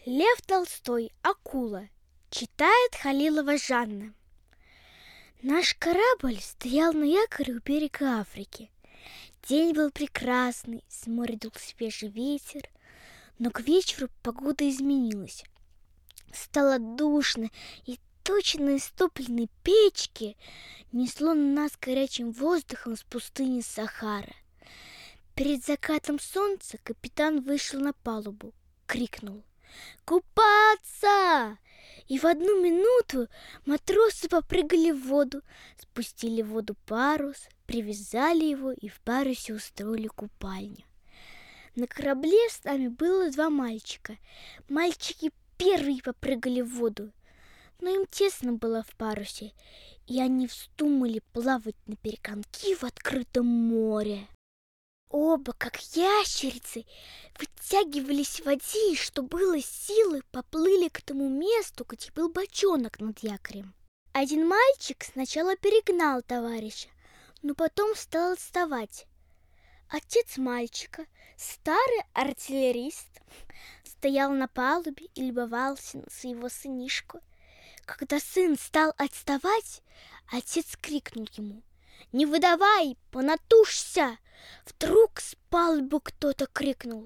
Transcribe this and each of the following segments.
Лев Толстой. Акула. Читает Халилова Жанна. Наш корабль стоял на якоре у берега Африки. День был прекрасный, с моря дул свежий ветер, но к вечеру погода изменилась. Стало душно, и точно истопленные печки несло на нас горячим воздухом с пустыни Сахара. Перед закатом солнца капитан вышел на палубу, крикнул: «Купаться!» И в одну минуту матросы попрыгали в воду, спустили в воду парус, привязали его и в парусе устроили купальню. На корабле с нами было 2 мальчика. Мальчики первые попрыгали в воду, но им тесно было в парусе, и они вздумали плавать напереконки в открытом море. Оба, как ящерицы, вытягивались в воде, и, что было силы, поплыли к тому месту, где был бочонок над якорем. Один мальчик сначала перегнал товарища, но потом стал отставать. Отец мальчика, старый артиллерист, стоял на палубе и любовался на своего сынишку. Когда сын стал отставать, отец крикнул ему: «Не выдавай, понатужься!» Вдруг с палубы кто-то крикнул: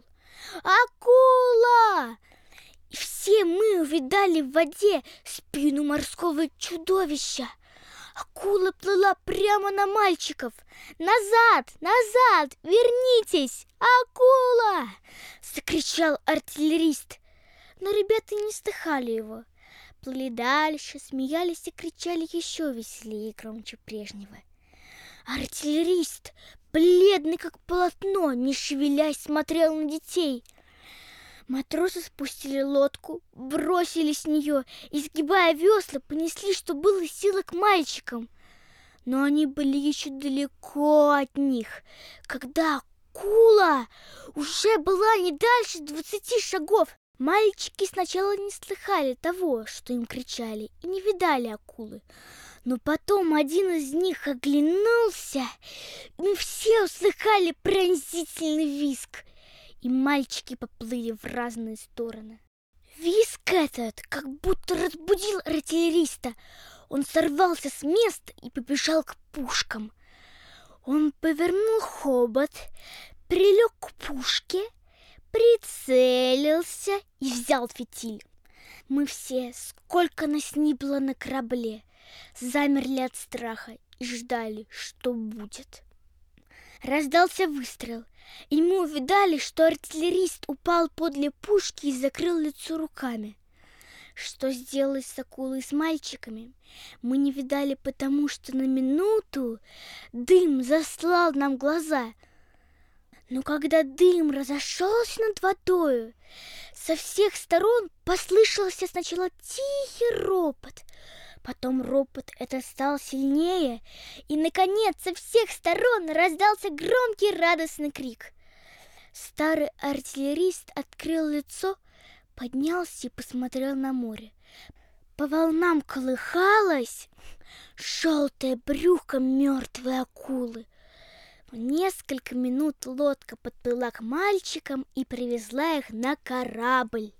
«Акула!» И все мы увидали в воде спину морского чудовища. Акула плыла прямо на мальчиков. «Назад! Назад! Вернитесь! Акула!» — закричал артиллерист. Но ребята не слыхали его. Плыли дальше, смеялись и кричали еще веселее и громче прежнего. Артиллерист, бледный как полотно, не шевелясь, смотрел на детей. Матросы спустили лодку, бросили с нее и, сгибая весла, понесли, что было силы, к мальчикам. Но они были еще далеко от них, когда акула уже была не дальше 20 шагов. Мальчики сначала не слыхали того, что им кричали, и не видали акулы. Но потом один из них оглянулся, и мы все услыхали пронзительный визг, и мальчики поплыли в разные стороны. Визг этот как будто разбудил артиллериста. Он сорвался с места и побежал к пушкам. Он повернул хобот, прилег к пушке, прицелился и взял фитиль. Мы все, сколько нас ни было на корабле, замерли от страха и ждали, что будет. Раздался выстрел, и мы увидали, что артиллерист упал подле пушки и закрыл лицо руками. Что сделалось с акулой и с мальчиками, мы не видали, потому что на минуту дым заслал нам глаза. Но когда дым разошелся над водою, со всех сторон послышался сначала тихий ропот, потом ропот этот стал сильнее, и, наконец, со всех сторон раздался громкий радостный крик. Старый артиллерист открыл лицо, поднялся и посмотрел на море. По волнам колыхалось желтое брюхо мертвой акулы. В несколько минут лодка подплыла к мальчикам и привезла их на корабль.